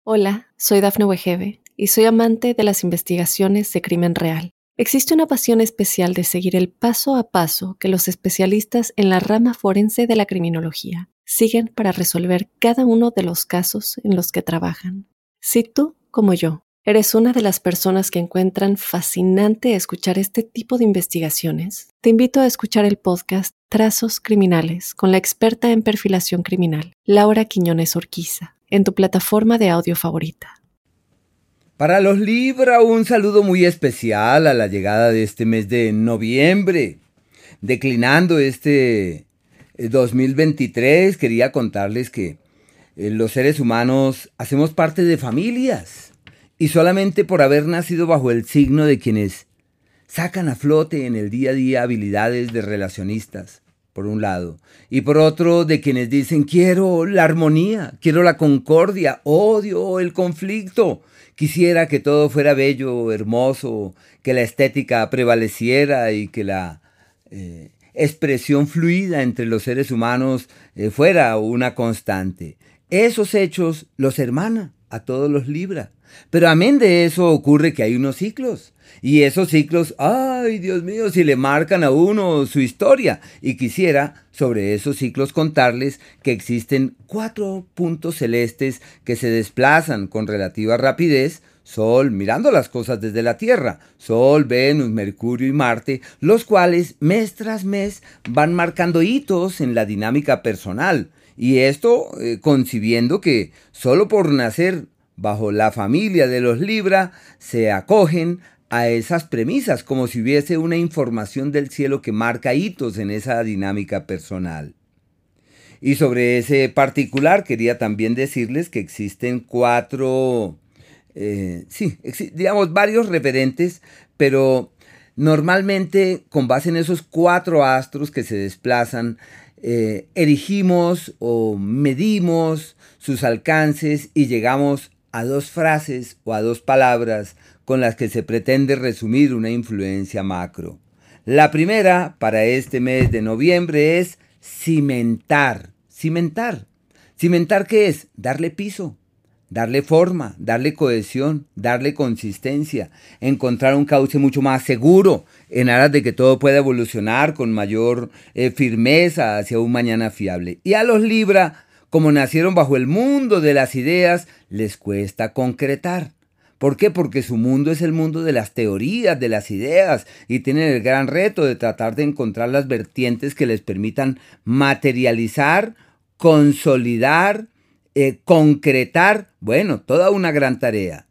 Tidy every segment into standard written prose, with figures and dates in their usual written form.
Hola, soy Dafne Wegebe y soy amante de las investigaciones de crimen real. Existe una pasión especial de seguir el paso a paso que los especialistas en la rama forense de la criminología siguen para resolver cada uno de los casos en los que trabajan. Si tú, como yo, eres una de las personas que encuentran fascinante escuchar este tipo de investigaciones, te invito a escuchar el podcast Trazos Criminales con la experta en perfilación criminal, Laura Quiñones Orquiza, en tu plataforma de audio favorita. Para los Libra, un saludo muy especial a la llegada de este mes de noviembre. Declinando este 2023, quería contarles que los seres humanos hacemos parte de familias y solamente por haber nacido bajo el signo de quienes sacan a flote en el día a día habilidades de relacionistas, por un lado, y por otro de quienes dicen quiero la armonía, quiero la concordia, odio el conflicto, quisiera que todo fuera bello, hermoso, que la estética prevaleciera y que la expresión fluida entre los seres humanos fuera una constante. Esos hechos los hermana a todos los Libra. Pero amén de eso ocurre que hay unos ciclos. Y esos ciclos, ay Dios mío, si le marcan a uno su historia. Y quisiera sobre esos ciclos contarles que existen 4 puntos celestes que se desplazan con relativa rapidez. Sol, mirando las cosas desde la Tierra, Sol, Venus, Mercurio y Marte, los cuales mes tras mes van marcando hitos en la dinámica personal. Y esto concibiendo que solo por nacer bajo la familia de los Libra se acogen a esas premisas, como si hubiese una información del cielo que marca hitos en esa dinámica personal. Y sobre ese particular quería también decirles que existen varios referentes, pero normalmente con base en esos 4 astros que se desplazan, erigimos o medimos sus alcances y llegamos a 2 frases o a 2 palabras con las que se pretende resumir una influencia macro. La primera para este mes de noviembre es cimentar. Cimentar. ¿Cimentar qué es? Darle piso, darle forma, darle cohesión, darle consistencia, encontrar un cauce mucho más seguro en aras de que todo pueda evolucionar con mayor firmeza hacia un mañana fiable. Y a los Libra, como nacieron bajo el mundo de las ideas, les cuesta concretar. ¿Por qué? Porque su mundo es el mundo de las teorías, de las ideas, y tienen el gran reto de tratar de encontrar las vertientes que les permitan materializar, consolidar, concretar, bueno, toda una gran tarea.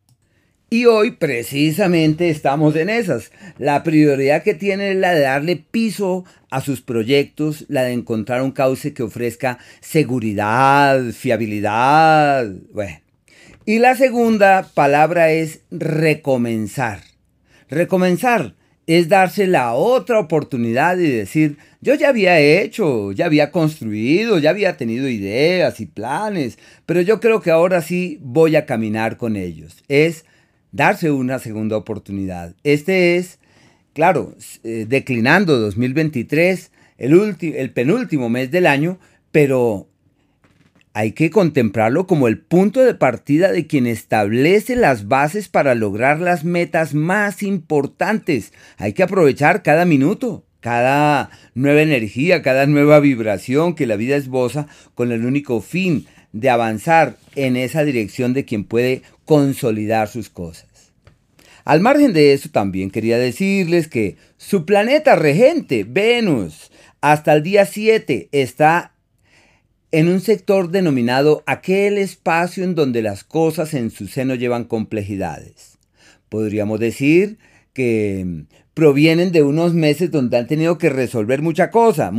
Y hoy precisamente estamos en esas. La prioridad que tienen es la de darle piso a sus proyectos, la de encontrar un cauce que ofrezca seguridad, fiabilidad, bueno. Y la segunda palabra es recomenzar. Recomenzar es darse la otra oportunidad y decir, yo ya había hecho, ya había construido, ya había tenido ideas y planes, pero yo creo que ahora sí voy a caminar con ellos. Es darse una segunda oportunidad. Este es, claro, declinando 2023, el penúltimo mes del año, pero hay que contemplarlo como el punto de partida de quien establece las bases para lograr las metas más importantes. Hay que aprovechar cada minuto, cada nueva energía, cada nueva vibración que la vida esboza con el único fin de avanzar en esa dirección de quien puede consolidar sus cosas. Al margen de eso, también quería decirles que su planeta regente, Venus, hasta el día 7 está en un sector denominado aquel espacio en donde las cosas en su seno llevan complejidades. Podríamos decir que provienen de unos meses donde han tenido que resolver muchas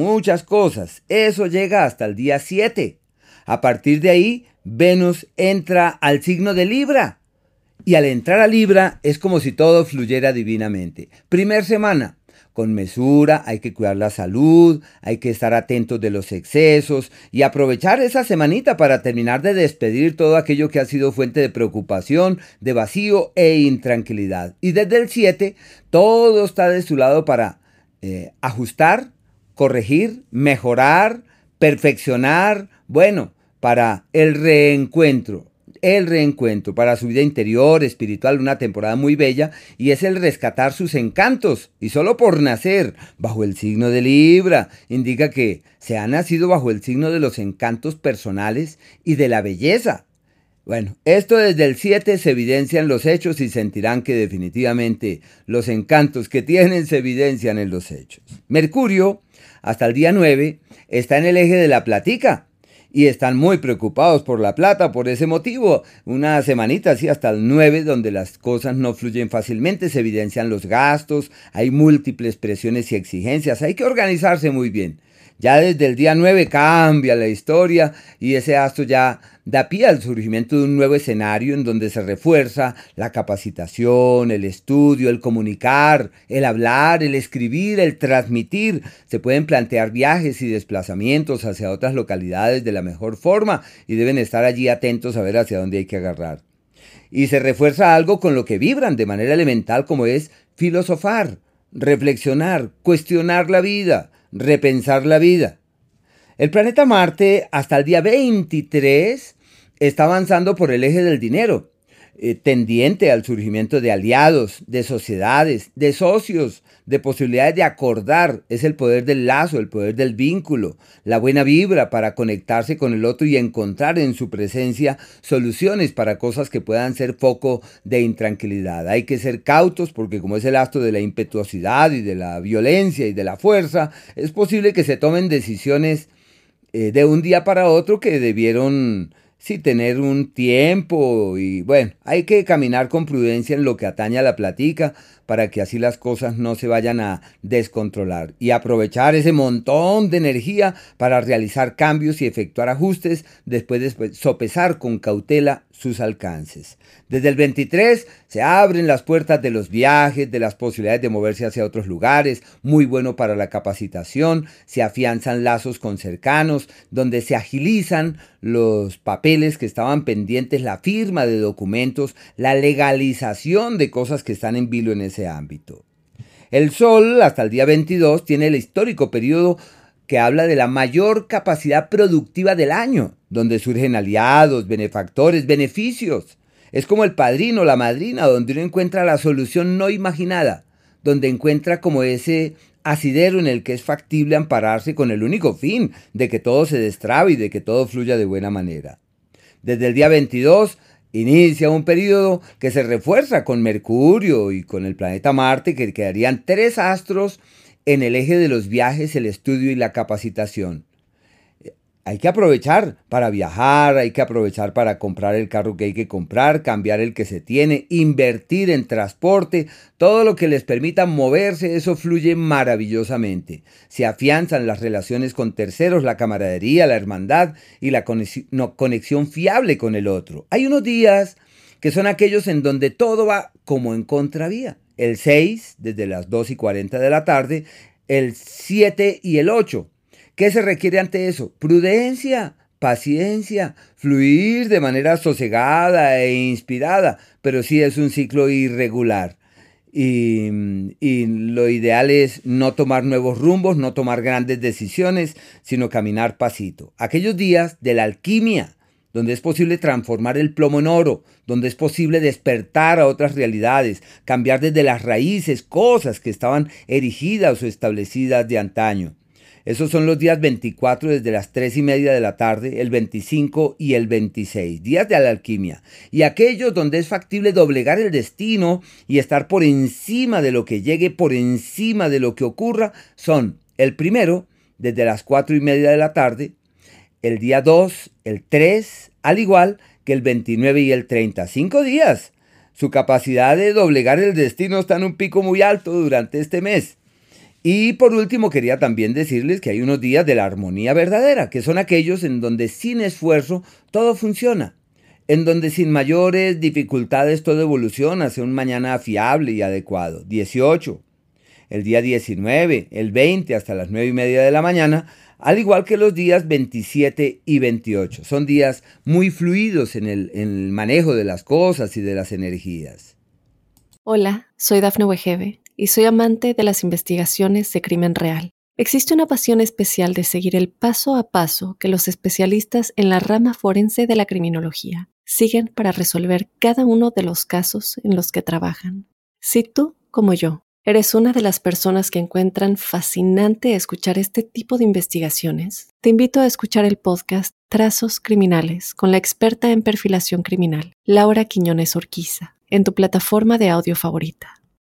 cosas. Eso llega hasta el día 7. A partir de ahí, Venus entra al signo de Libra. Y al entrar a Libra es como si todo fluyera divinamente. Primer semana, con mesura, hay que cuidar la salud, hay que estar atentos de los excesos y aprovechar esa semanita para terminar de despedir todo aquello que ha sido fuente de preocupación, de vacío e intranquilidad. Y desde el 7, todo está de su lado para ajustar, corregir, mejorar, perfeccionar, bueno, para el reencuentro. el reencuentro, para su vida interior, espiritual, una temporada muy bella, y es el rescatar sus encantos, y solo por nacer bajo el signo de Libra, indica que se ha nacido bajo el signo de los encantos personales y de la belleza. Bueno, esto desde el 7 se evidencia en los hechos y sentirán que definitivamente los encantos que tienen se evidencian en los hechos. Mercurio, hasta el día 9, está en el eje de la platica y están muy preocupados por la plata, por ese motivo. Una semanita así hasta el 9, donde las cosas no fluyen fácilmente, se evidencian los gastos, hay múltiples presiones y exigencias, hay que organizarse muy bien. Ya desde el día 9 cambia la historia y ese astro ya da pie al surgimiento de un nuevo escenario en donde se refuerza la capacitación, el estudio, el comunicar, el hablar, el escribir, el transmitir. Se pueden plantear viajes y desplazamientos hacia otras localidades de la mejor forma y deben estar allí atentos a ver hacia dónde hay que agarrar. Y se refuerza algo con lo que vibran de manera elemental, como es filosofar, reflexionar, cuestionar la vida, repensar la vida. El planeta Marte hasta el día 23 está avanzando por el eje del dinero, tendiente al surgimiento de aliados, de sociedades, de socios, de posibilidades de acordar. Es el poder del lazo, el poder del vínculo, la buena vibra para conectarse con el otro y encontrar en su presencia soluciones para cosas que puedan ser foco de intranquilidad. Hay que ser cautos porque como es el astro de la impetuosidad y de la violencia y de la fuerza, es posible que se tomen decisiones de un día para otro que debieron tener un tiempo y bueno, hay que caminar con prudencia en lo que atañe a la platica para que así las cosas no se vayan a descontrolar y aprovechar ese montón de energía para realizar cambios y efectuar ajustes después de sopesar con cautela sus alcances. Desde el 23 se abren las puertas de los viajes, de las posibilidades de moverse hacia otros lugares, muy bueno para la capacitación, se afianzan lazos con cercanos, donde se agilizan los papeles que estaban pendientes, la firma de documentos, la legalización de cosas que están en vilo en ese ámbito. El Sol, hasta el día 22, tiene el histórico periodo que habla de la mayor capacidad productiva del año, donde surgen aliados, benefactores, beneficios. Es como el padrino, la madrina, donde uno encuentra la solución no imaginada, donde encuentra como ese asidero en el que es factible ampararse con el único fin de que todo se destrabe y de que todo fluya de buena manera. Desde el día 22 inicia un periodo que se refuerza con Mercurio y con el planeta Marte, que quedarían 3 astros en el eje de los viajes, el estudio y la capacitación. Hay que aprovechar para viajar, hay que aprovechar para comprar el carro que hay que comprar, cambiar el que se tiene, invertir en transporte, todo lo que les permita moverse, eso fluye maravillosamente. Se afianzan las relaciones con terceros, la camaradería, la hermandad y la conexión fiable con el otro. Hay unos días que son aquellos en donde todo va como en contravía. El 6, desde las 2:40 de la tarde, el 7 y el 8. ¿Qué se requiere ante eso? Prudencia, paciencia, fluir de manera sosegada e inspirada, pero sí es un ciclo irregular. Y lo ideal es no tomar nuevos rumbos, no tomar grandes decisiones, sino caminar pasito. Aquellos días de la alquimia, donde es posible transformar el plomo en oro, donde es posible despertar a otras realidades, cambiar desde las raíces cosas que estaban erigidas o establecidas de antaño. Esos son los días 24 desde las 3:30 de la tarde, el 25 y el 26, días de la alquimia. Y aquellos donde es factible doblegar el destino y estar por encima de lo que llegue, por encima de lo que ocurra, son el primero desde las 4:30 de la tarde, el día 2, el 3, al igual que el 29 y el 30. 5 días. Su capacidad de doblegar el destino está en un pico muy alto durante este mes. Y por último quería también decirles que hay unos días de la armonía verdadera, que son aquellos en donde sin esfuerzo todo funciona, en donde sin mayores dificultades todo evoluciona hacia un mañana fiable y adecuado. 18, el día 19, el 20 hasta las 9:30 de la mañana, al igual que los días 27 y 28. Son días muy fluidos en el manejo de las cosas y de las energías. Hola, soy Dafne Wegebe y soy amante de las investigaciones de crimen real. Existe una pasión especial de seguir el paso a paso que los especialistas en la rama forense de la criminología siguen para resolver cada uno de los casos en los que trabajan. Si tú, como yo, eres una de las personas que encuentran fascinante escuchar este tipo de investigaciones, te invito a escuchar el podcast Trazos Criminales con la experta en perfilación criminal, Laura Quiñones Orquiza, en tu plataforma de audio favorita.